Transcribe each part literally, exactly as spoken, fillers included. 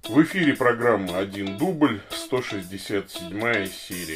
В эфире программа «Один дубль», сто шестьдесят седьмая серия.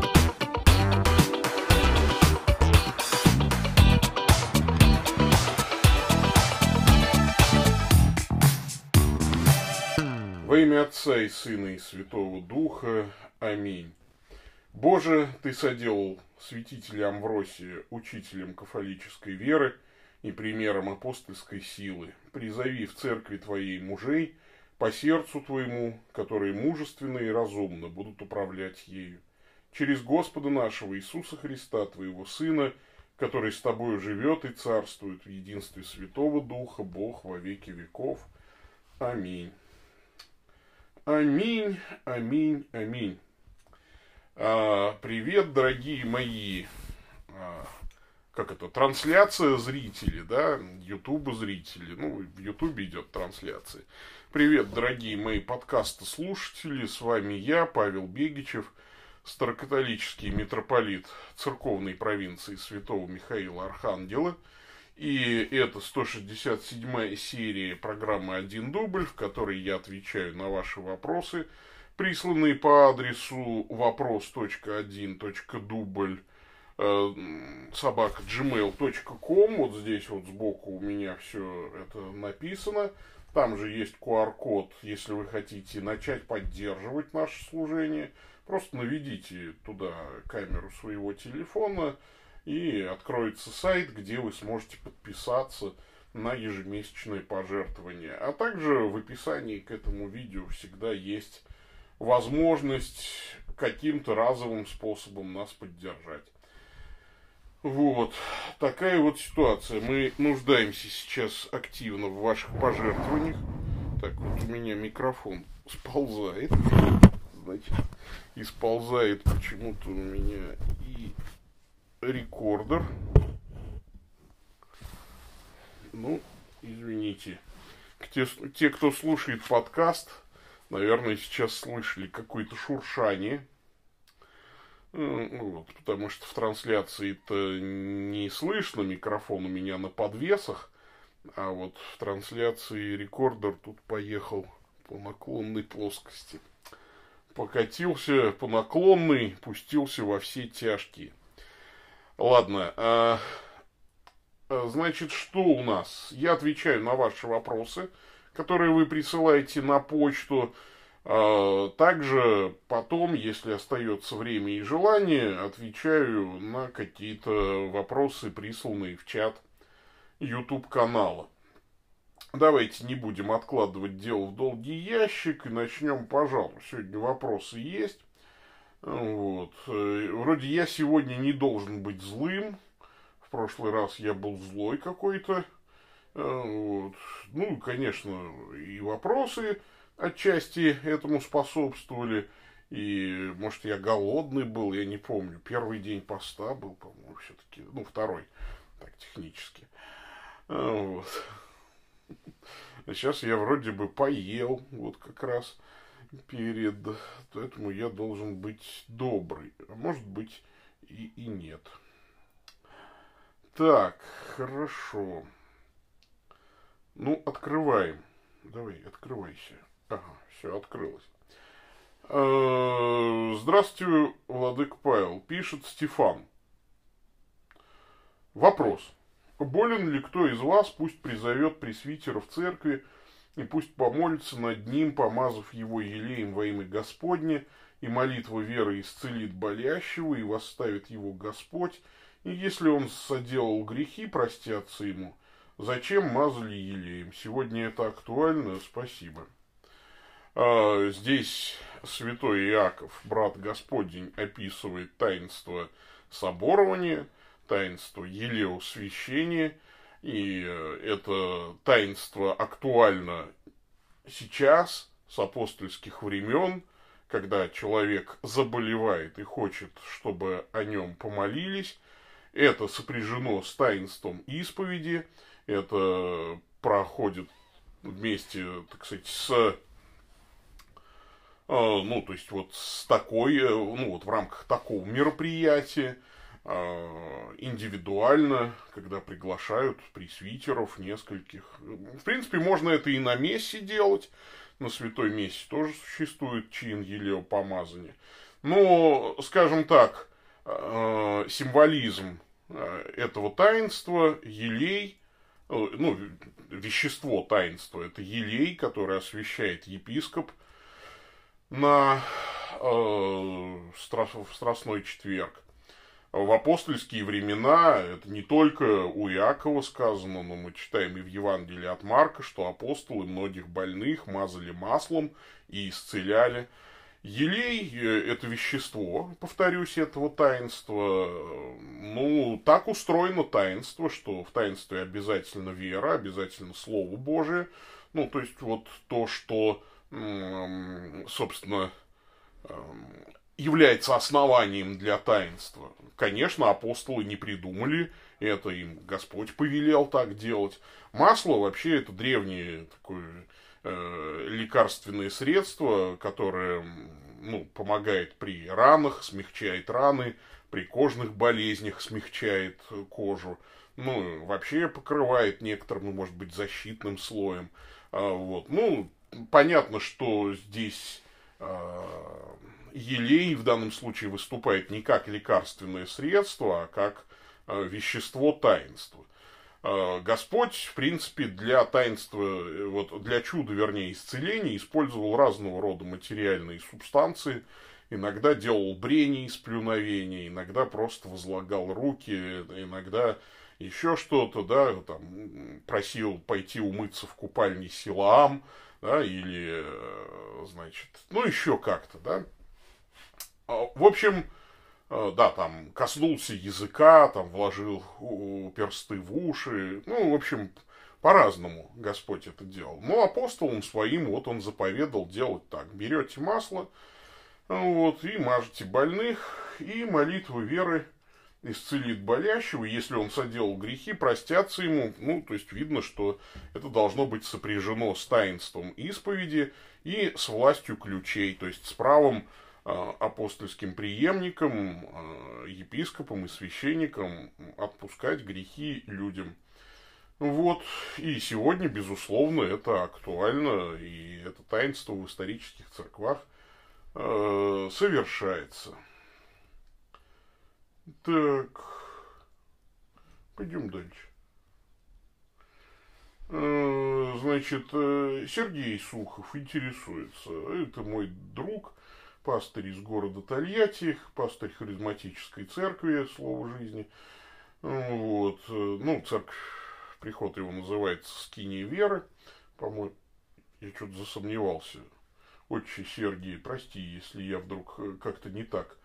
Во имя Отца и Сына и Святого Духа. Аминь. Боже, Ты соделал святителя Амвросия учителем кафолической веры и примером апостольской силы. Призови в церкви Твоей мужей по сердцу Твоему, которые мужественно и разумно будут управлять ею. Через Господа нашего Иисуса Христа, Твоего Сына, который с Тобою живет и царствует в единстве Святого Духа, Бог во веки веков. Аминь. Аминь, аминь, аминь. А, привет, дорогие мои, а, как это, трансляция зрители, да, ютуба зрители, ну, в ютубе идет трансляция. Привет, дорогие мои подкасты-слушатели, с вами я, Павел Бегичев, старокатолический митрополит церковной провинции Святого Михаила Архангела. И это сто шестьдесят седьмая серия программы «Один дубль», в которой я отвечаю на ваши вопросы, присланные по адресу вопрос точка один точка дубль собака джимейл точка ком. Вот здесь вот сбоку у меня все это написано. Там же есть ку ар код, если вы хотите начать поддерживать наше служение. Просто наведите туда камеру своего телефона, и откроется сайт, где вы сможете подписаться на ежемесячные пожертвования. А также в описании к этому видео всегда есть возможность каким-то разовым способом нас поддержать. Вот. Такая вот ситуация. Мы нуждаемся сейчас активно в ваших пожертвованиях. Так, вот у меня микрофон сползает. Значит, и сползает почему-то у меня и рекордер. Ну, извините. Те, те, кто слушает подкаст, наверное, сейчас слышали какое-то шуршание. Вот, потому что в трансляции-то не слышно, микрофон у меня на подвесах. А вот в трансляции рекордер тут поехал по наклонной плоскости. Покатился по наклонной, пустился во все тяжкие. Ладно, а, значит, что у нас? Я отвечаю на ваши вопросы, которые вы присылаете на почту. А, также потом, если остается время и желание, отвечаю на какие-то вопросы, присланные в чат YouTube-канала. Давайте не будем откладывать дело в долгий ящик и начнем, пожалуй. Сегодня вопросы есть. Вот. Вроде я сегодня не должен быть злым. В прошлый раз я был злой какой-то. Вот. Ну, конечно, и вопросы отчасти этому способствовали. И, может, я голодный был, я не помню. Первый день поста был, по-моему, все-таки. Ну, второй, так, технически. Вот. А сейчас я вроде бы поел, вот как раз перед, поэтому я должен быть добрый, а может быть и, и нет. Так, хорошо. Ну, открываем. Давай, открывайся. Ага, все, открылось. Здравствуйте, владыка Павел, пишет Стефан. Вопрос. Болен ли кто из вас, пусть призовет пресвитера в церкви, и пусть помолится над ним, помазав его елеем во имя Господне, и молитва веры исцелит болящего, и восставит его Господь, и если он соделал грехи, простятся ему. Зачем мазали елеем? Сегодня это актуально, спасибо. А, здесь святой Иаков, брат Господень, описывает таинство соборования, таинство елеосвящения, и это таинство актуально сейчас, с апостольских времен, когда человек заболевает и хочет, чтобы о нем помолились. Это сопряжено с таинством исповеди, это проходит вместе, так сказать, с, ну, то есть вот с такой, ну, вот в рамках такого мероприятия, индивидуально, когда приглашают пресвитеров нескольких. В принципе, можно это и на мессе делать. на святой мессе тоже существует чин елеопомазания. Но, скажем так, символизм этого таинства, елей, ну, вещество таинства, это елей, который освящает епископ на э, в Страстной четверг. В апостольские времена, это не только у Иакова сказано, но мы читаем и в Евангелии от Марка, что апостолы многих больных мазали маслом и исцеляли. Елей – это вещество, повторюсь, этого таинства. Ну, так устроено таинство, что в таинстве обязательно вера, обязательно Слово Божие. Ну, то есть, вот то, что, собственно, является основанием для таинства. Конечно, апостолы не придумали это, им Господь повелел так делать. Масло вообще это древнее такое э, лекарственное средство, которое ну, помогает при ранах, смягчает раны, при кожных болезнях смягчает кожу. Ну, вообще покрывает некоторым, ну, может быть, защитным слоем. А, вот. Ну, понятно, что здесь а, елей в данном случае выступает не как лекарственное средство, а как а, вещество таинства. А, Господь, в принципе, для таинства, вот, для чуда, вернее, исцеления использовал разного рода материальные субстанции. Иногда делал брение из плюновения, иногда просто возлагал руки, иногда еще что-то, да, там, просил пойти умыться в купальне Силаам, да, или, значит, ну, еще как-то, да. В общем, да, там, коснулся языка, там, вложил персты в уши, ну, в общем, по-разному Господь это делал. Но апостолам своим, вот он заповедал делать так. Берете масло, вот, и мажете больных, и молитва веры исцелит болящего, если он соделал грехи, простятся ему. Ну, то есть, видно, что это должно быть сопряжено с таинством исповеди и с властью ключей, то есть с правом э, апостольским преемникам, э, епископам и священникам отпускать грехи людям. Вот, и сегодня, безусловно, это актуально, и это таинство в исторических церквах э, совершается. Так, пойдем дальше. Значит, Сергей Сухов интересуется. Это мой друг, пастырь из города Тольятти, пастырь харизматической церкви Слово жизни. Вот. Ну, церковь, приход его называется Скиния веры. По-моему, я что-то засомневался. Отче Сергий, прости, если я вдруг как-то не так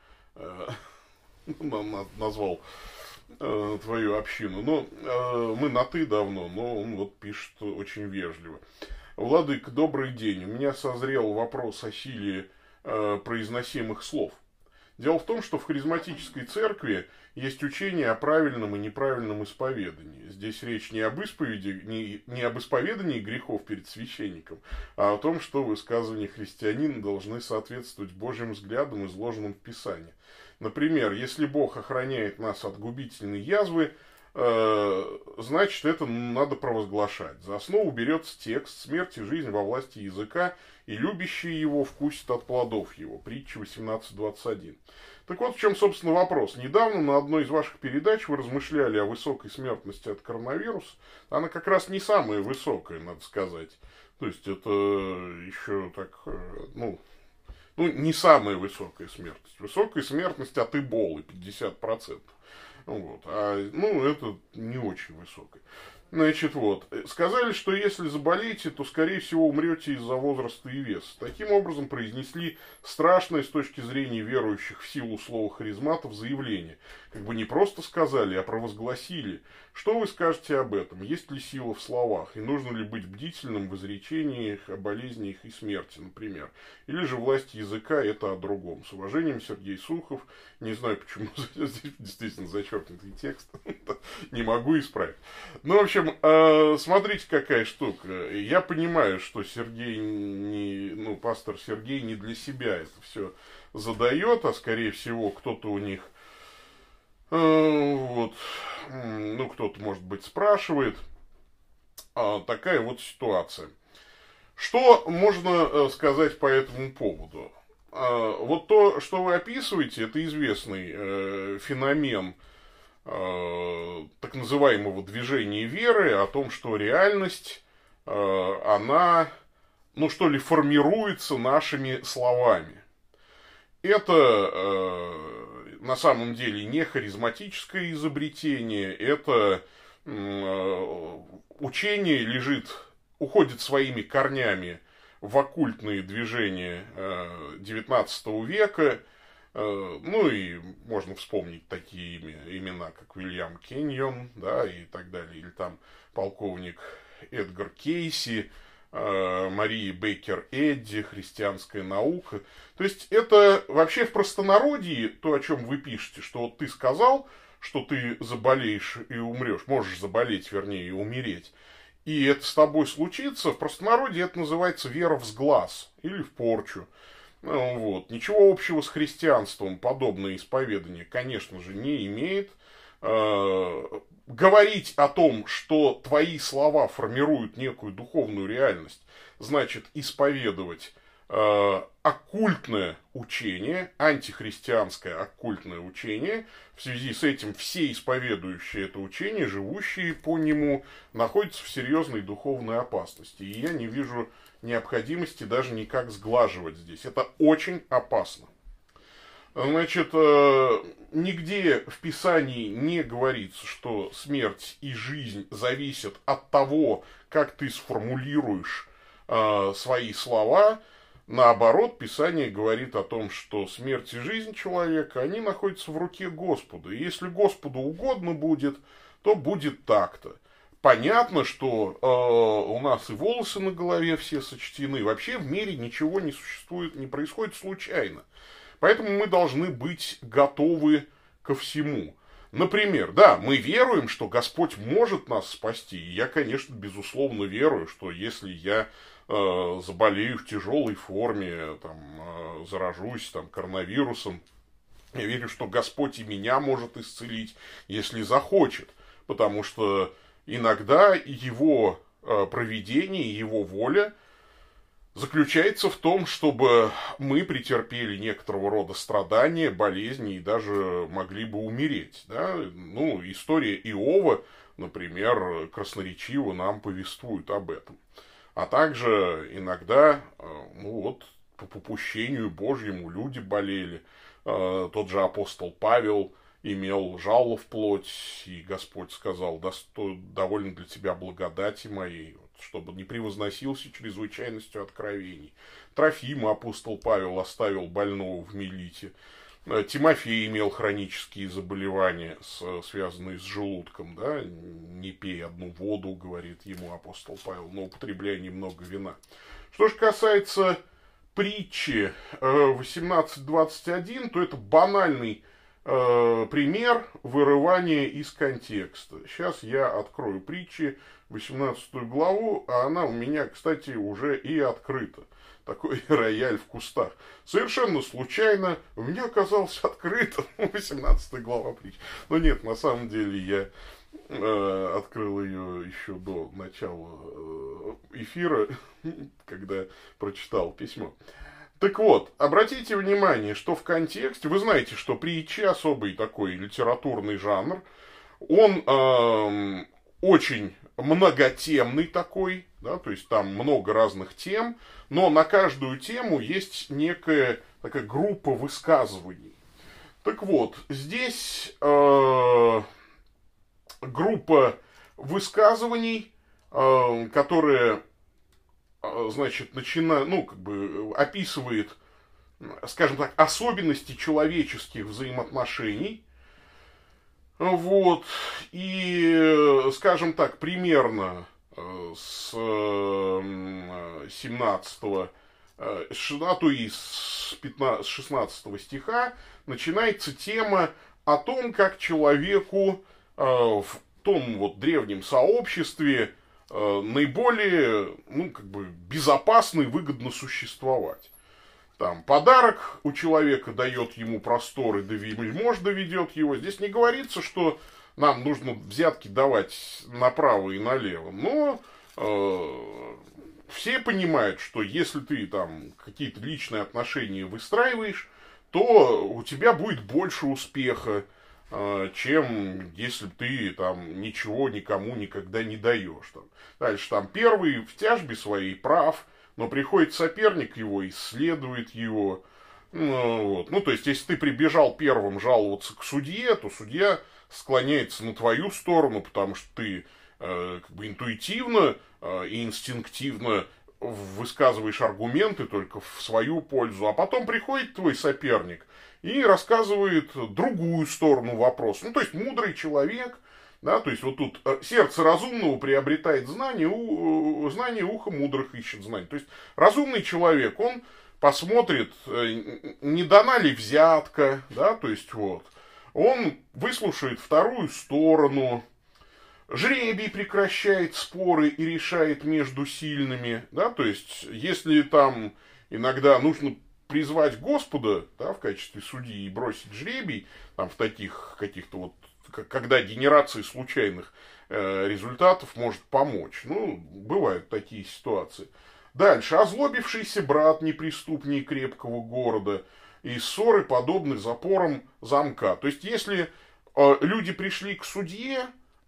назвал э, твою общину. Но э, мы на «ты» давно, но он вот пишет очень вежливо. Владыка, добрый день. У меня созрел вопрос о силе э, произносимых слов. Дело в том, что в харизматической церкви есть учение о правильном и неправильном исповедании. Здесь речь не об исповеди, не, не об исповедании грехов перед священником, а о том, что высказывания христианина должны соответствовать Божьим взглядам, изложенным в Писании. Например, если Бог охраняет нас от губительной язвы, э, значит, это надо провозглашать. За основу берется текст «Смерть и жизнь во власти языка, и любящие его вкусят от плодов его». Притча восемнадцать двадцать один. Так вот, в чем, собственно, вопрос. Недавно на одной из ваших передач вы размышляли о высокой смертности от коронавируса. Она как раз не самая высокая, надо сказать. То есть, это еще так, ну... Ну, не самая высокая смертность. Высокая смертность от эболы пятьдесят процентов. Вот. А, ну, это не очень высокая. Значит, вот. Сказали, что если заболеете, то, скорее всего, умрете из-за возраста и веса. Таким образом, произнесли страшное с точки зрения верующих в силу слова харизматов заявление. Как бы не просто сказали, а провозгласили. Что вы скажете об этом? Есть ли сила в словах? И нужно ли быть бдительным в изречениях о болезнях и смерти, например? Или же власть языка – это о другом? С уважением, Сергей Сухов. Не знаю, почему здесь действительно зачеркнутый текст. Не могу исправить. Ну, в общем, смотрите, какая штука. Я понимаю, что Сергей, не, ну, пастор Сергей не для себя это все задает, а скорее всего кто-то у них, вот, ну, кто-то, может быть, спрашивает. Такая вот ситуация. Что можно сказать по этому поводу? Вот то, что вы описываете, это известный феномен так называемого движения веры, о том, что реальность, она, ну что ли, формируется нашими словами. Это на самом деле не харизматическое изобретение, это учение лежит, уходит своими корнями в оккультные движения девятнадцатого века. Ну и можно вспомнить такие имена, как Уильям Кеньон, да, и так далее, или там полковник Эдгар Кейси, Мария Бейкер Эдди, христианская наука. То есть это вообще в простонародье то, о чем вы пишете, что вот ты сказал, что ты заболеешь и умрешь, можешь заболеть, вернее, и умереть, и это с тобой случится, в простонародье это называется вера в сглаз или в порчу. Ну, вот. Ничего общего с христианством подобное исповедание, конечно же, не имеет. Э, говорить о том, что твои слова формируют некую духовную реальность, значит исповедовать э, оккультное учение, антихристианское оккультное учение. В связи с этим все исповедующие это учение, живущие по нему, находятся в серьезной духовной опасности. И я не вижу необходимости даже никак сглаживать здесь. Это очень опасно. Значит, нигде в Писании не говорится, что смерть и жизнь зависят от того, как ты сформулируешь свои слова. Наоборот, Писание говорит о том, что смерть и жизнь человека, они находятся в руке Господа. И если Господу угодно будет, то будет так-то. Понятно, что э, у нас и волосы на голове все сочтены. Вообще в мире ничего не существует, не происходит случайно. Поэтому мы должны быть готовы ко всему. Например, да, мы веруем, что Господь может нас спасти. И я, конечно, безусловно верую, что если я э, заболею в тяжелой форме, там, э, заражусь там, коронавирусом, я верю, что Господь и меня может исцелить, если захочет. Потому что иногда его провидение, его воля заключается в том, чтобы мы претерпели некоторого рода страдания, болезни и даже могли бы умереть. Да? Ну, история Иова, например, красноречиво нам повествует об этом. А также иногда, ну вот, по попущению Божьему люди болели. Тот же апостол Павел имел жало в плоть, и Господь сказал: да, довольно для тебя благодати моей, чтобы не превозносился чрезвычайностью откровений. Трофима апостол Павел оставил больного в Милите. Тимофей имел хронические заболевания, связанные с желудком. Да? Не пей одну воду, говорит ему апостол Павел, но употребляй немного вина. Что же касается притчи восемнадцать двадцать один, то это банальный пример вырывания из контекста. Сейчас я открою притчи, восемнадцатую главу, а она у меня, кстати, уже и открыта. Такой рояль в кустах. Совершенно случайно у меня оказалось открыто восемнадцатая глава притч. Но нет, на самом деле я э, открыл ее еще до начала эфира, когда прочитал письмо. Так вот, обратите внимание, что в контексте, вы знаете, что притчи особый такой литературный жанр, он э, очень многотемный такой, да, то есть там много разных тем, но на каждую тему есть некая такая группа высказываний. Так вот, здесь э, группа высказываний, э, которая, значит, начинает, ну, как бы описывает, скажем так, особенности человеческих взаимоотношений. Вот. И, скажем так, примерно с семнадцатого, а то и с шестнадцатого стиха начинается тема о том, как человеку в том вот древнем сообществе наиболее, ну, как бы, безопасно и выгодно существовать. Там подарок у человека дает ему простор, и до вельмож доведет его. Здесь не говорится, что нам нужно взятки давать направо и налево. Но э, все понимают, что если ты там какие-то личные отношения выстраиваешь, то у тебя будет больше успеха, чем если ты там ничего никому никогда не даешь. Там. Дальше там первый в тяжбе своей прав, но приходит соперник его, исследует его. Ну, вот. Ну, то есть, если ты прибежал первым жаловаться к судье, то судья склоняется на твою сторону, потому что ты э, как бы интуитивно э, и инстинктивно высказываешь аргументы только в свою пользу, а потом приходит твой соперник и рассказывает другую сторону вопроса. Ну, то есть, мудрый человек, да, то есть, вот тут сердце разумного приобретает знание, у, знание ухо мудрых ищет знание. То есть, разумный человек, он посмотрит, не дана ли взятка, да, то есть, вот, он выслушает вторую сторону, жребий прекращает споры и решает между сильными, да, то есть, если там иногда нужно призвать Господа, да, в качестве судьи и бросить жребий, там, в таких каких-то вот, когда генерация случайных э, результатов может помочь, ну, бывают такие ситуации. Дальше, озлобившийся брат неприступнее крепкого города, и ссоры подобны запорам замка. То есть, если э, люди пришли к судье,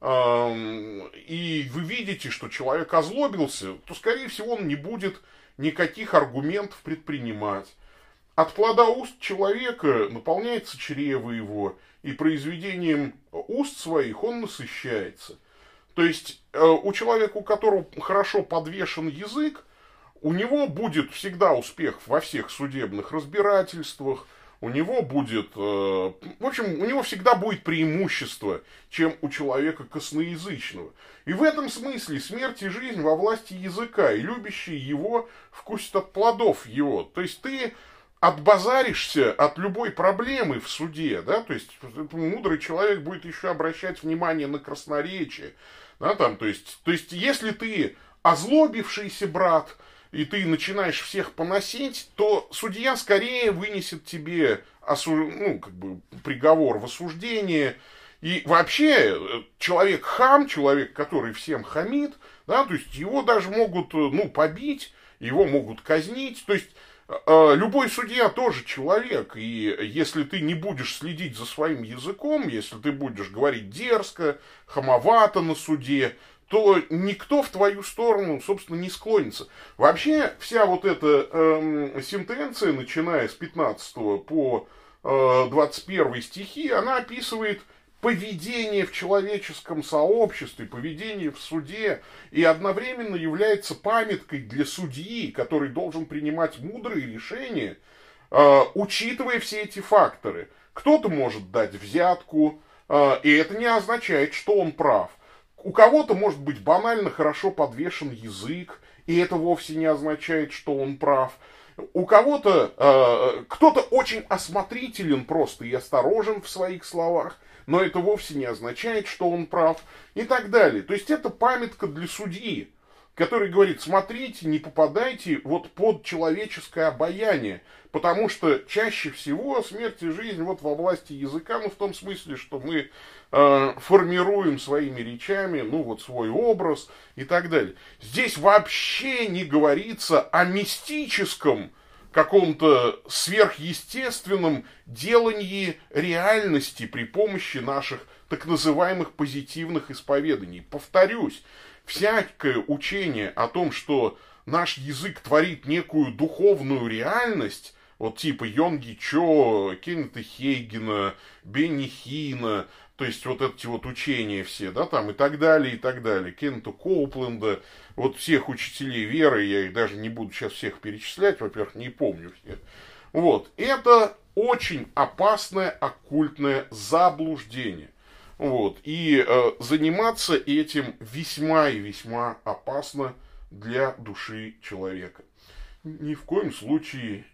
и вы видите, что человек озлобился, то, скорее всего, он не будет никаких аргументов предпринимать. От плода уст человека наполняется чрево его, и произведением уст своих он насыщается. То есть, у человека, у которого хорошо подвешен язык, у него будет всегда успех во всех судебных разбирательствах, у него будет, э, в общем, у него всегда будет преимущество, чем у человека косноязычного. И в этом смысле смерть и жизнь во власти языка, и любящие его вкусят от плодов его. То есть ты отбазаришься от любой проблемы в суде, да, то есть мудрый человек будет еще обращать внимание на красноречие, да, там, то есть, то есть если ты озлобившийся брат, и ты начинаешь всех поносить, то судья скорее вынесет тебе осу... ну, как бы, приговор в осуждение. И вообще, человек хам, человек, который всем хамит, да, то есть его даже могут, ну, побить, его могут казнить. То есть э, любой судья тоже человек. И если ты не будешь следить за своим языком, если ты будешь говорить дерзко, хамовато на суде, то никто в твою сторону, собственно, не склонится. Вообще, вся вот эта э, сентенция, начиная с пятнадцатого по э, двадцать первый стихи, она описывает поведение в человеческом сообществе, поведение в суде, и одновременно является памяткой для судьи, который должен принимать мудрые решения, э, учитывая все эти факторы. Кто-то может дать взятку, э, и это не означает, что он прав. У кого-то может быть банально хорошо подвешен язык, и это вовсе не означает, что он прав. У кого-то, э, кто-то очень осмотрителен просто и осторожен в своих словах, но это вовсе не означает, что он прав, и так далее. То есть это памятка для судьи, который говорит, смотрите, не попадайте вот под человеческое обаяние, потому что чаще всего смерть и жизнь вот во власти языка, ну в том смысле, что мы э, формируем своими речами, ну вот свой образ и так далее. Здесь вообще не говорится о мистическом каком-то сверхъестественном делании реальности при помощи наших так называемых позитивных исповеданий. Повторюсь, всякое учение о том, что наш язык творит некую духовную реальность, вот типа Йонги Чо, Кеннета Хейгена, Бенни Хина, то есть вот эти вот учения все, да, там и так далее, и так далее, Кеннета Коупленда, вот всех учителей веры, я их даже не буду сейчас всех перечислять, во-первых, не помню всех. Вот, это очень опасное оккультное заблуждение. Вот, и э, заниматься этим весьма и весьма опасно для души человека. Ни в коем случае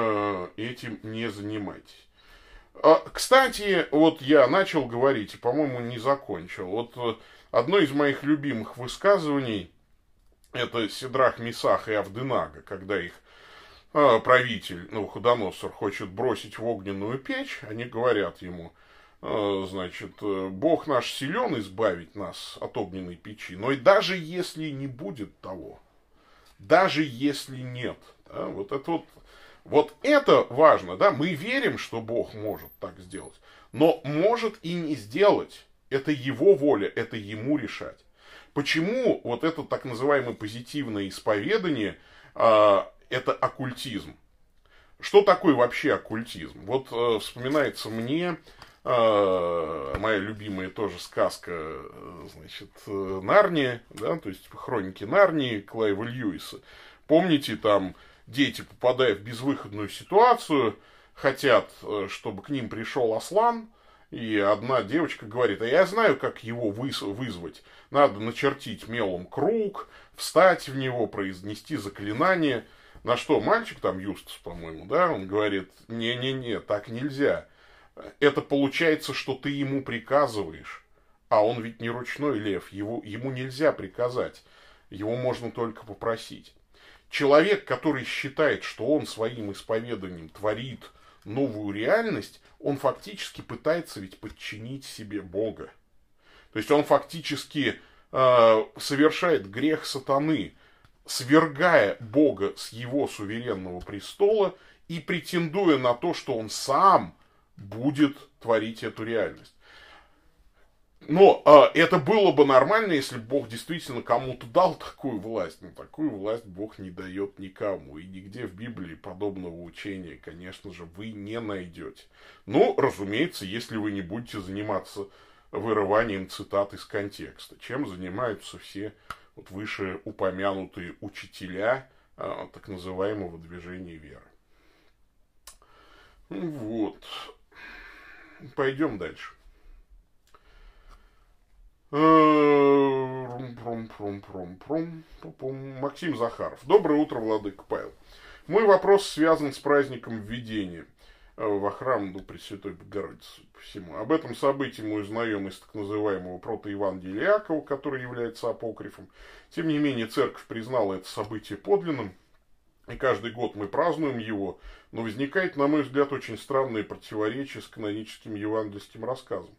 э, этим не занимайтесь. А, кстати, вот я начал говорить, и, по-моему, не закончил. Вот э, одно из моих любимых высказываний, это Сидрах, Месах и Авденага, когда их э, правитель Навуходоносор хочет бросить в огненную печь, они говорят ему, значит, Бог наш силен избавить нас от огненной печи, но и даже если не будет того, даже если нет. Да, вот это вот, вот это важно, да, мы верим, что Бог может так сделать, но может и не сделать. Это его воля, это ему решать. Почему вот это так называемое позитивное исповедание, э, это оккультизм? Что такое вообще оккультизм? Вот э, вспоминается мне э, моя любимая тоже сказка, э, значит, э, Нарния, да, то есть хроники Нарнии Клайва Льюиса. Помните, там дети, попадая в безвыходную ситуацию, хотят, э, чтобы к ним пришел Аслан, и одна девочка говорит: а я знаю, как его вызвать. Надо начертить мелом круг, встать в него, произнести заклинание. На что мальчик, там Юстас, по-моему, да, он говорит: не-не-не, так нельзя. Это получается, что ты ему приказываешь. А он ведь не ручной лев, его, ему нельзя приказать. Его можно только попросить. Человек, который считает, что он своим исповеданием творит новую реальность, он фактически пытается ведь подчинить себе Бога. То есть он фактически э, совершает грех сатаны, свергая Бога с его суверенного престола и претендуя на то, что он сам будет творить эту реальность. Но э, это было бы нормально, если Бог действительно кому-то дал такую власть. Но такую власть Бог не дает никому. И нигде в Библии подобного учения, конечно же, вы не найдете. Ну, разумеется, если вы не будете заниматься вырыванием цитат из контекста, чем занимаются все вот выше упомянутые учителя э, так называемого движения веры. Вот. Пойдем дальше. Максим Захаров. Доброе утро, владыка Павел. Мой вопрос связан с праздником Введения во храм ну, Пресвятой Богородицы по всему. Об этом событии мы узнаем из так называемого протоевангелия Иакова, который является апокрифом. Тем не менее, церковь признала это событие подлинным, и каждый год мы празднуем его, но возникает, на мой взгляд, очень странное противоречие с каноническим евангельским рассказом.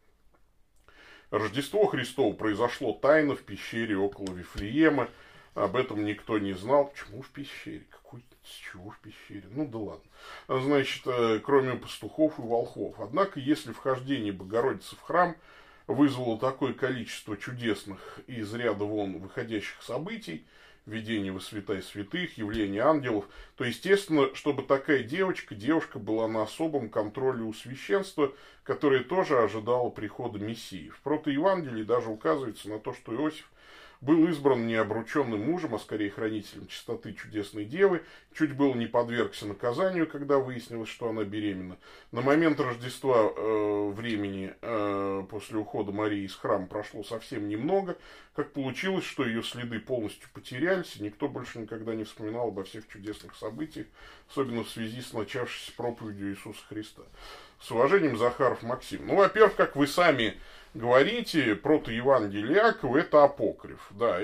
Рождество Христово произошло тайно в пещере около Вифлеема. Об этом никто не знал. Почему в пещере? Какой, с чего в пещере? Ну да ладно. Значит, кроме пастухов и волхвов. Однако, если вхождение Богородицы в храм вызвало такое количество чудесных и из ряда вон выходящих событий, введение во святая святых, явление ангелов, то, естественно, чтобы такая девочка, девушка была на особом контроле у священства, которое тоже ожидало прихода Мессии. В протоевангелии даже указывается на то, что Иосиф был избран не обрученным мужем, а скорее хранителем чистоты чудесной девы, чуть было не подвергся наказанию, когда выяснилось, что она беременна. На момент Рождества э, времени э, после ухода Марии из храма прошло совсем немного, как получилось, что ее следы полностью потерялись, и никто больше никогда не вспоминал обо всех чудесных событиях, особенно в связи с начавшейся проповедью Иисуса Христа. С уважением, Захаров Максим. Ну, во-первых, как вы сами говорите, протоевангелие Иакова — это апокриф. Да,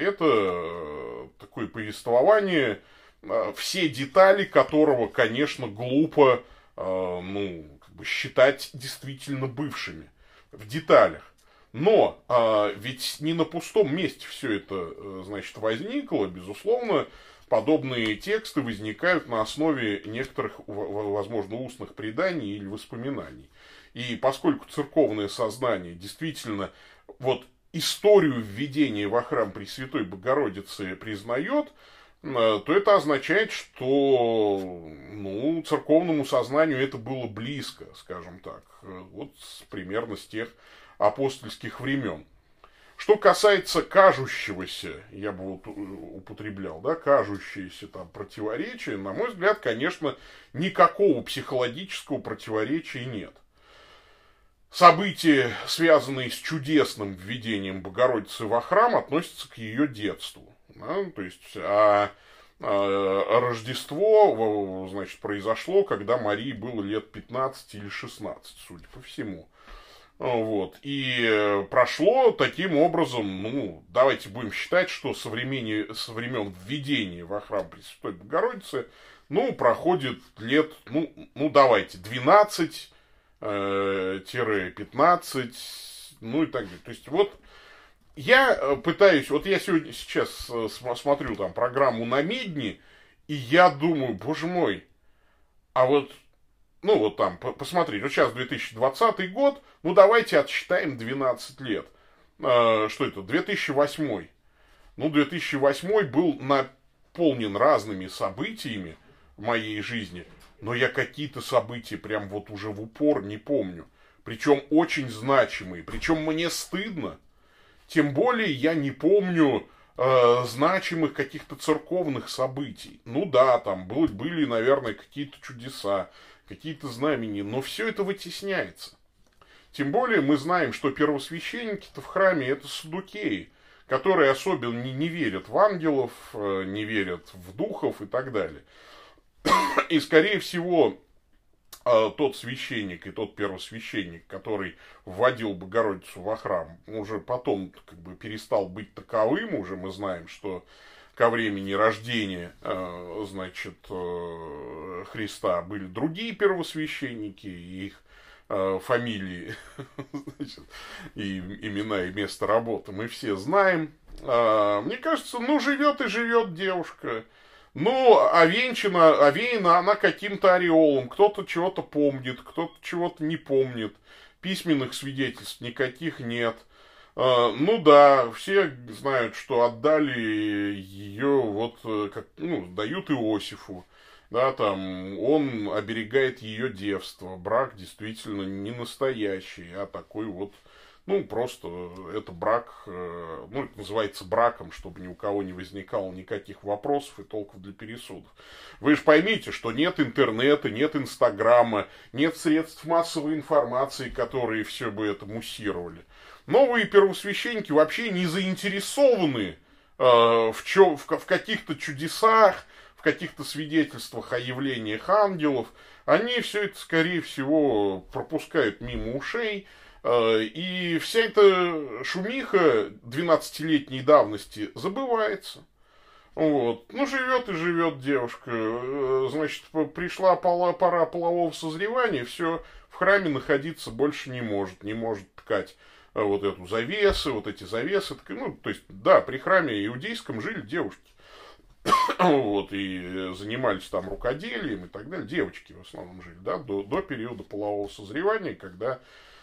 это такое повествование, все детали которого, конечно, глупо ну, как бы считать действительно бывшими в деталях. Но а, ведь не на пустом месте все это, значит, возникло. Безусловно, подобные тексты возникают на основе некоторых, возможно, устных преданий или воспоминаний. И поскольку церковное сознание действительно вот историю введения во храм Пресвятой Богородицы признает, то это означает, что ну, церковному сознанию это было близко, скажем так, вот примерно с тех апостольских времен. Что касается кажущегося, я бы вот употреблял, да, кажущееся там противоречия, на мой взгляд, конечно, никакого психологического противоречия нет. События, связанные с чудесным введением Богородицы во храм, относятся к ее детству. Да? То есть, а, а Рождество, значит, произошло, когда Марии было лет пятнадцать или шестнадцать, судя по всему. Вот. И прошло таким образом, ну, давайте будем считать, что со времени, со времен введения во храм Пресвятой Богородицы, ну, проходит лет, ну, ну давайте, двенадцать-пятнадцать, ну и так далее. То есть, вот я пытаюсь, вот я сегодня сейчас смотрю там программу на Медне, и я думаю, боже мой, а вот, ну вот там, посмотреть, вот сейчас две тысячи двадцатый год, ну давайте отсчитаем двенадцать лет. Что это, две тысячи восьмой. Ну, две тысячи восьмой был наполнен разными событиями в моей жизни, но я какие-то события прям вот уже в упор не помню. Причем очень значимые, причем мне стыдно. Тем более я не помню э, значимых каких-то церковных событий. Ну да, там был, были, наверное, какие-то чудеса, какие-то знамения, но все это вытесняется. Тем более мы знаем, что первосвященники-то в храме это саддукеи, которые особенно не, не верят в ангелов, э, не верят в духов и так далее. И скорее всего тот священник и тот первосвященник, который вводил Богородицу во храм, уже потом как бы перестал быть таковым, уже мы знаем, что ко времени рождения, значит, Христа были другие первосвященники, и их фамилии, значит, и имена, и место работы мы все знаем. Мне кажется, ну, живет и живет девушка. Ну, овенчана, овеяна она каким-то ореолом. Кто-то чего-то помнит, кто-то чего-то не помнит. Письменных свидетельств никаких нет. Ну да, все знают, что отдали ее, вот, как, ну, дают Иосифу. Да, там, он оберегает ее девство. Брак действительно не настоящий, а такой вот, ну, просто это брак, ну, это называется браком, чтобы ни у кого не возникало никаких вопросов и толков для пересудов. Вы же поймите, что нет интернета, нет Инстаграма, нет средств массовой информации, которые все бы это муссировали. Новые первосвященники вообще не заинтересованы э, в, чё, в, в каких-то чудесах, в каких-то свидетельствах о явлениях ангелов. Они все это, скорее всего, пропускают мимо ушей. И вся эта шумиха двенадцатилетней давности забывается. Вот. Ну, живет и живет девушка. Значит, пришла пора полового созревания, все, в храме находиться больше не может. Не может ткать вот эту завесы, вот эти завесы. Ну, то есть, да, при храме иудейском жили девушки. Вот, и занимались там рукоделием и так далее. Девочки в основном жили, да, до, до периода полового созревания, когда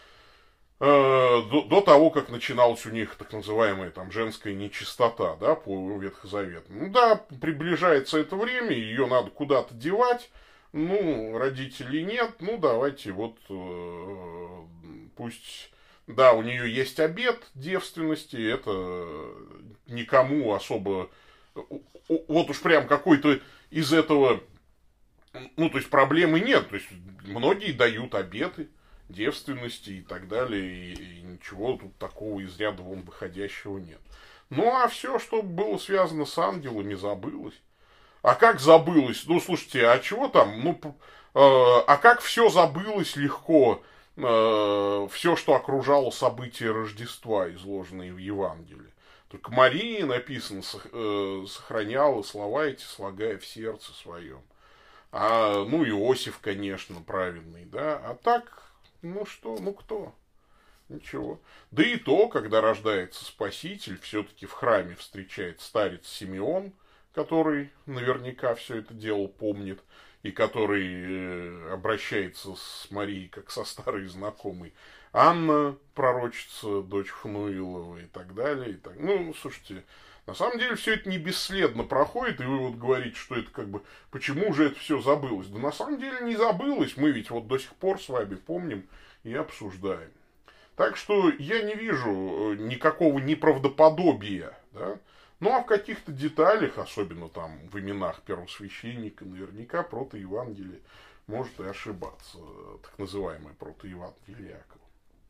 До, до того, как начиналась у них так называемая там женская нечистота, да, по Ветхозаветному. Ну да, приближается это время, ее надо куда-то девать, ну, родителей нет, ну, давайте вот, э, пусть, да, у нее есть обет девственности, это никому особо, вот уж прям какой-то из этого, ну, то есть проблемы нет, то есть многие дают обеты девственности и так далее, и, и ничего тут такого из ряда вон выходящего нет. Ну, а все, что было связано с ангелами, забылось. А как забылось? Ну, слушайте, а чего там? Ну, э, а как все забылось легко? Э, все, что окружало события Рождества, изложенные в Евангелии. Только Мария, написано, э, сохраняла слова эти, слагая в сердце своем. А, ну, Иосиф, конечно, праведный, да. А так... Ну что, ну кто? Ничего. Да и то, когда рождается Спаситель, все-таки в храме встречает старец Симеон, который наверняка все это дело помнит, и который э, обращается с Марией как со старой знакомой. Анна, пророчица, дочь Фануилова и так далее. И так. Ну, слушайте, на самом деле все это не бесследно проходит, и вы вот говорите, что это как бы, почему же это все забылось? Да на самом деле не забылось, мы ведь вот до сих пор с вами помним и обсуждаем. Так что я не вижу никакого неправдоподобия, да? Ну а в каких-то деталях, особенно там в именах первосвященника, наверняка протоевангелие может и ошибаться, так называемое протоевангелие Иакова.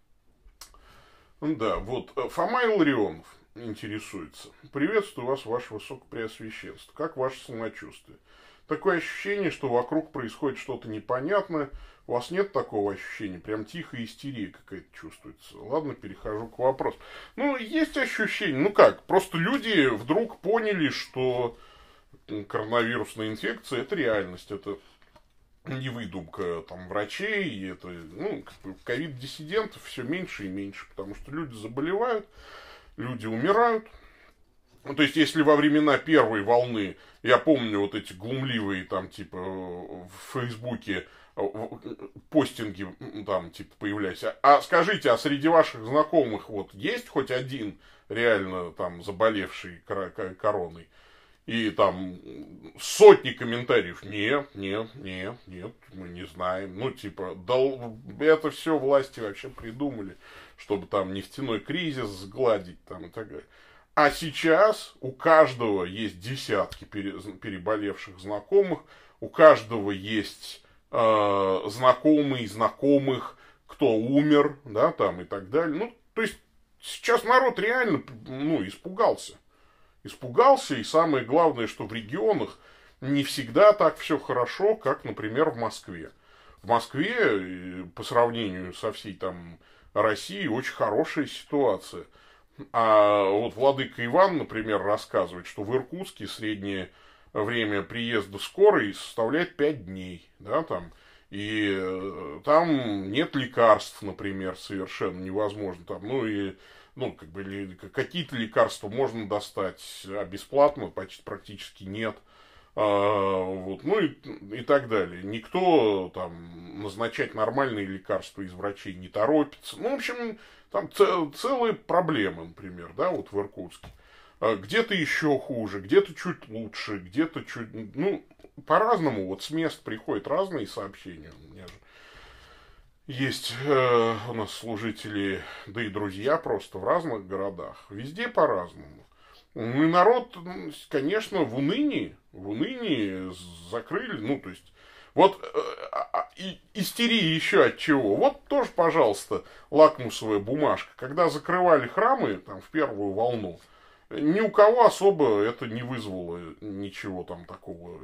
Да, вот Фома Илларионов интересуется. Приветствую вас, ваше высокопреосвященство. Как ваше самочувствие? Такое ощущение, что вокруг происходит что-то непонятное. У вас нет такого ощущения? Прям тихая истерия какая-то чувствуется. Ладно, перехожу к вопросу. Ну, есть ощущение. Ну как, просто люди вдруг поняли, что коронавирусная инфекция – это реальность. Это не выдумка там врачей. Это, ну, ковид-диссидентов все меньше и меньше. Потому что люди заболевают. люди умирают. Ну, то есть, если во времена первой волны, я помню вот эти глумливые там, типа, в Фейсбуке постинги там, типа, появлялись. А скажите, а среди ваших знакомых вот есть хоть один реально там заболевший короной? И там сотни комментариев. Нет, нет, нет, нет, мы не знаем. Ну, типа, да, это все власти вообще придумали, чтобы там нефтяной кризис сгладить там и так далее. А сейчас у каждого есть десятки переболевших знакомых, у каждого есть э, знакомый, знакомых, кто умер, да, там и так далее. Ну, то есть, сейчас народ реально, ну, испугался. Испугался, и самое главное, что в регионах не всегда так все хорошо, как, например, в Москве. В Москве, по сравнению со всей там Россией, очень хорошая ситуация. А вот владыка Иван, например, рассказывает, что в Иркутске среднее время приезда скорой составляет пять дней, да, там, и там нет лекарств, например, совершенно невозможно, там, ну, и, ну, как бы, какие-то лекарства можно достать, а бесплатно почти практически нет, а, вот, ну, и, и так далее. Никто, там, назначать нормальные лекарства из врачей не торопится, ну, в общем, там целые проблемы, например, да, вот в Иркутске. Где-то еще хуже, где-то чуть лучше, где-то чуть... Ну, по-разному, вот с мест приходят разные сообщения. У меня же есть э, у нас служители, да и друзья просто в разных городах. Везде по-разному. Ну, и народ, конечно, в унынии, в унынии закрыли, ну, то есть... Вот э, истерия еще от чего. Вот тоже, пожалуйста, лакмусовая бумажка. Когда закрывали храмы там, в первую волну, ни у кого особо это не вызвало ничего там такого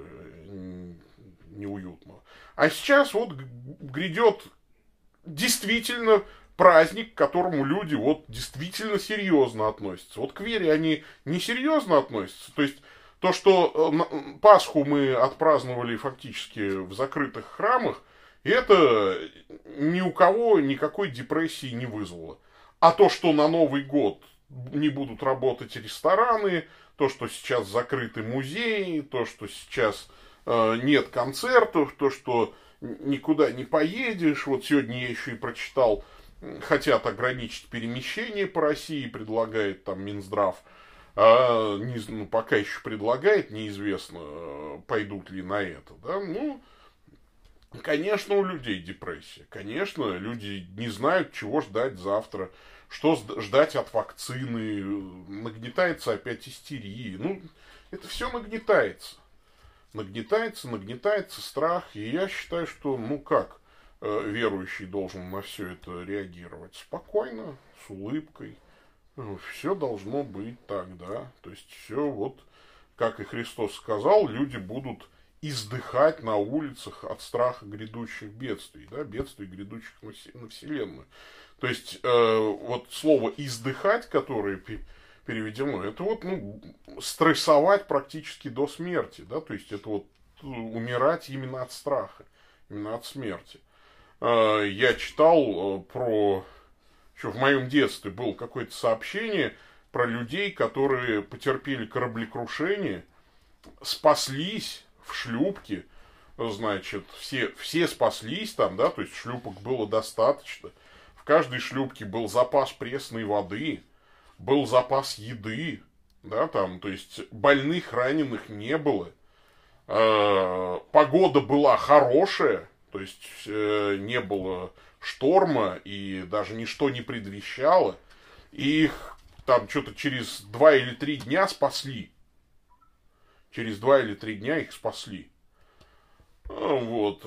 неуютного. А сейчас вот грядет действительно праздник, к которому люди вот действительно серьезно относятся. Вот к вере они несерьезно относятся. То есть то, что Пасху мы отпраздновали фактически в закрытых храмах, это ни у кого никакой депрессии не вызвало. А то, что на Новый год не будут работать рестораны, то, что сейчас закрыты музеи, то, что сейчас э, нет концертов, то, что никуда не поедешь. Вот сегодня я еще и прочитал, хотят ограничить перемещение по России, предлагает там Минздрав. А, не, ну, пока еще предлагает, неизвестно, пойдут ли на это. Да? Ну, конечно, у людей депрессия. Конечно, люди не знают, чего ждать завтра, что ждать от вакцины. Нагнетается опять истерия. Ну, это все нагнетается. Нагнетается, нагнетается страх. И я считаю, что, ну как, верующий должен на все это реагировать? Спокойно, с улыбкой. Все должно быть так, да. То есть все вот, как и Христос сказал, люди будут издыхать на улицах от страха грядущих бедствий, да, бедствий, грядущих на Вселенную. То есть э, вот слово издыхать, которое переведено, это вот, ну, стрессовать практически до смерти, да, то есть это вот умирать именно от страха, именно от смерти. Э, я читал э, про... Еще в моем детстве было какое-то сообщение про людей, которые потерпели кораблекрушение, спаслись в шлюпке, значит, все, все спаслись там, да, то есть шлюпок было достаточно. В каждой шлюпке был запас пресной воды, был запас еды, да, там, то есть больных, раненых не было. Э, погода была хорошая, то есть э, не было шторма, и даже ничто не предвещало. И их там что-то через два или три дня спасли. Через два или три дня их спасли. Вот.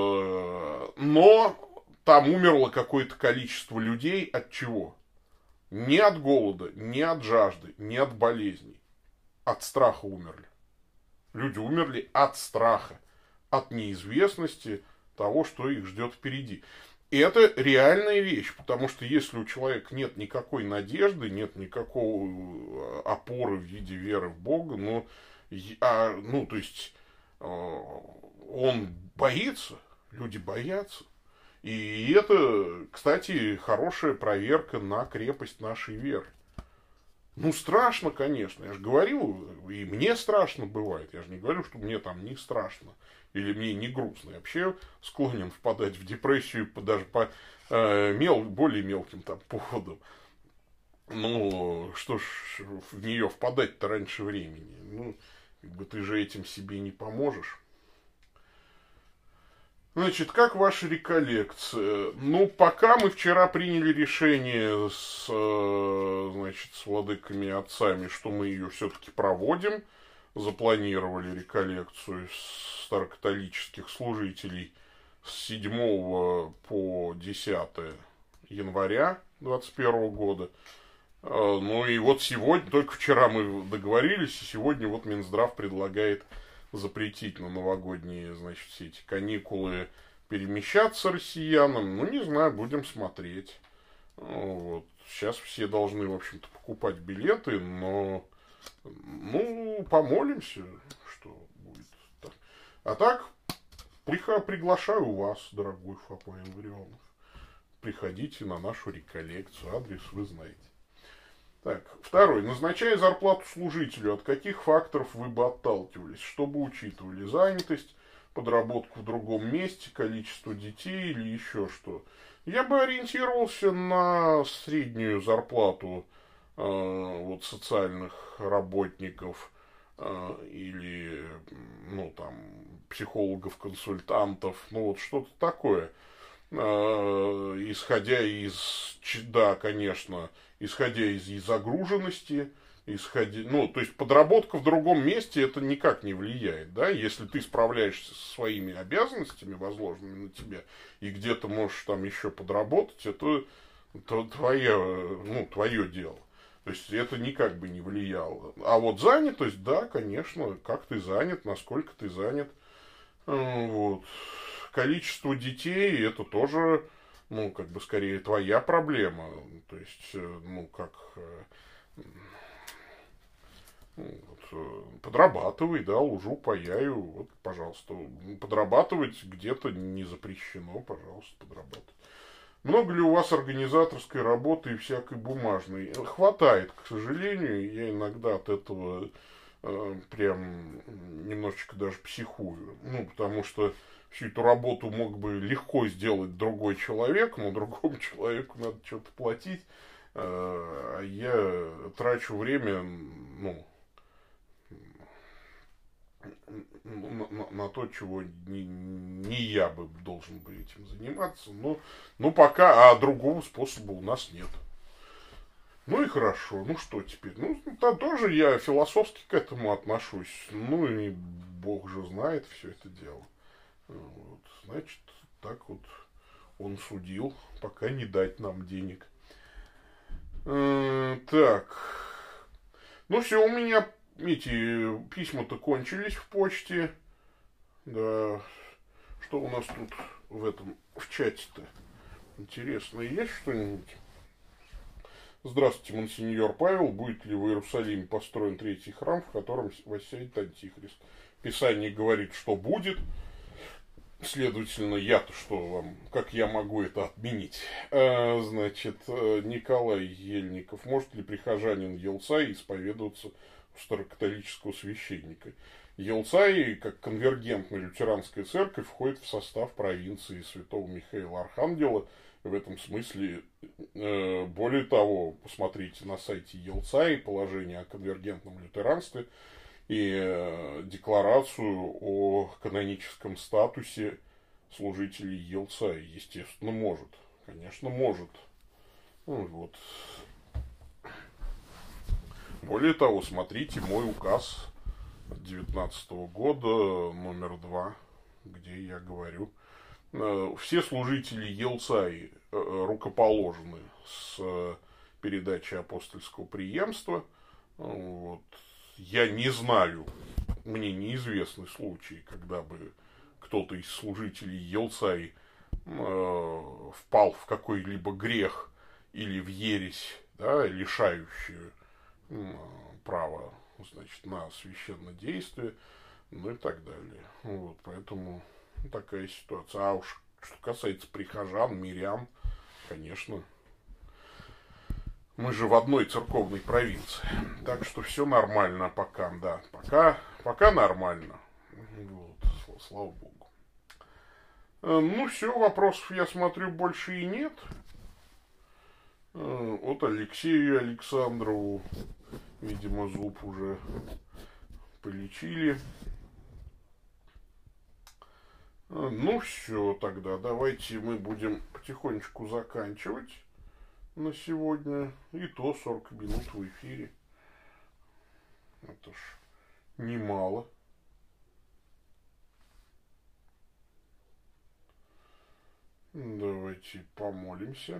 Но там умерло какое-то количество людей. От чего? Не от голода, не от жажды, не от болезней. От страха умерли. Люди умерли от страха. От неизвестности того, что их ждет впереди. И это реальная вещь, потому что если у человека нет никакой надежды, нет никакого опоры в виде веры в Бога, ну, а, ну то есть он боится, люди боятся. И это, кстати, хорошая проверка на крепость нашей веры. Ну, страшно, конечно. Я же говорю, и мне страшно бывает. Я же не говорю, что мне там не страшно. Или мне не грустно. Я вообще склонен впадать в депрессию даже по э, мел, более мелким там поводам. Ну, что ж в нее впадать-то раньше времени? Ну, как бы ты же этим себе не поможешь. Значит, как ваша реколлекция? Ну, пока мы вчера приняли решение с, э, значит, с владыками отцами, что мы ее все-таки проводим. Запланировали реколлекцию старокатолических служителей с седьмого по десятое января двадцать первого года. Ну и вот сегодня, только вчера мы договорились, и сегодня вот Минздрав предлагает запретить на новогодние, значит, все эти каникулы перемещаться россиянам. Ну, не знаю, будем смотреть. Вот. Сейчас все должны, в общем-то, покупать билеты, но, ну, помолимся, что будет так. А так, приход, приглашаю вас, дорогой Фома Илларионов. Приходите на нашу реколлекцию, адрес вы знаете. Так, второй. Назначая зарплату служителю, от каких факторов вы бы отталкивались? Что бы учитывали? Занятость, подработку в другом месте, количество детей или еще что? Я бы ориентировался на среднюю зарплату э, вот, социальных работников э, или ну, там, психологов-консультантов, ну вот что-то такое. Э, исходя из, да, конечно, исходя из, из загруженности, исходя, ну, то есть подработка в другом месте это никак не влияет, да, если ты справляешься со своими обязанностями, возложенными на тебя, и где-то можешь там еще подработать, это, это твое, ну, твое дело. То есть это никак бы не влияло. А вот занятость, да, конечно, как ты занят, насколько ты занят. Вот. Количество детей, это тоже, ну, как бы, скорее, твоя проблема. То есть, ну, как, вот, подрабатывай, да, лужу, паяю, вот, пожалуйста. Подрабатывать где-то не запрещено, пожалуйста, подрабатывай. Много ли у вас организаторской работы и всякой бумажной? Хватает, к сожалению, я иногда от этого э, прям немножечко даже психую. Ну, потому что всю эту работу мог бы легко сделать другой человек, но другому человеку надо что-то платить. А я трачу время, ну, на, на, на то, чего не, не я бы должен бы этим заниматься. Но, но пока, а другого способа у нас нет. Ну и хорошо, ну что теперь? Ну, да, тоже я философски к этому отношусь. Ну и Бог же знает все это дело. Вот, значит, так вот он судил, пока не дать нам денег. Э, так. Ну все, у меня эти письма-то кончились в почте. Да. Что у нас тут в этом, в чате-то? Интересно, есть что-нибудь? Здравствуйте, монсеньор Павел. Будет ли в Иерусалиме построен третий храм, в котором воссядет Антихрист? Писание говорит, что будет. Следовательно, я-то что вам, как я могу это отменить? А, значит, Николай Ельников. Может ли прихожанин Елцай исповедоваться у старокатолического священника? Елцай, как конвергентная лютеранская церковь, входит в состав провинции Святого Михаила Архангела. В этом смысле, более того, посмотрите на сайте Елцай положение о конвергентном лютеранстве и декларацию о каноническом статусе служителей Елцая. Естественно, может. Конечно, может. Вот. Более того, смотрите мой указ девятнадцатого года, номер два, где я говорю, все служители Елцай рукоположены с передачи апостольского преемства. Вот. Я не знаю, мне неизвестны случаи, когда бы кто-то из служителей Елцай э, впал в какой-либо грех или в ересь, да, лишающую э, права, значит, на священное действие, ну и так далее. Вот, поэтому такая ситуация. А уж что касается прихожан, мирян, конечно. Мы же в одной церковной провинции. Так что все нормально пока, да. Пока, пока нормально. Вот, слава богу. Ну, все, вопросов, я смотрю, больше и нет. Вот Алексею Александрову, видимо, зуб уже полечили. Ну, все тогда. Давайте мы будем потихонечку заканчивать на сегодня. И то сорок минут в эфире. Это ж немало. Давайте помолимся.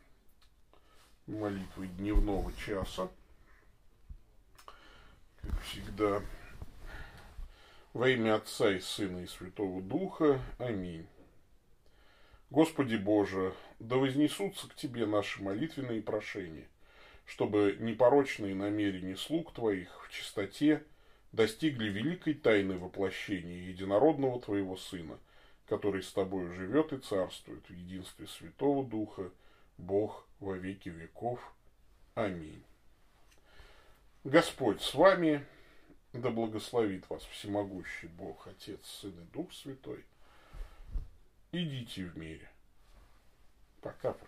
Молитвы дневного часа. Как всегда. Во имя Отца и Сына и Святого Духа. Аминь. Господи Боже, да вознесутся к Тебе наши молитвенные прошения, чтобы непорочные намерения слуг Твоих в чистоте достигли великой тайны воплощения единородного Твоего Сына, который с Тобою живет и царствует в единстве Святого Духа, Бог во веки веков. Аминь. Господь с вами, да благословит вас всемогущий Бог, Отец, Сын и Дух Святой. Идите в мире. Пока-пока.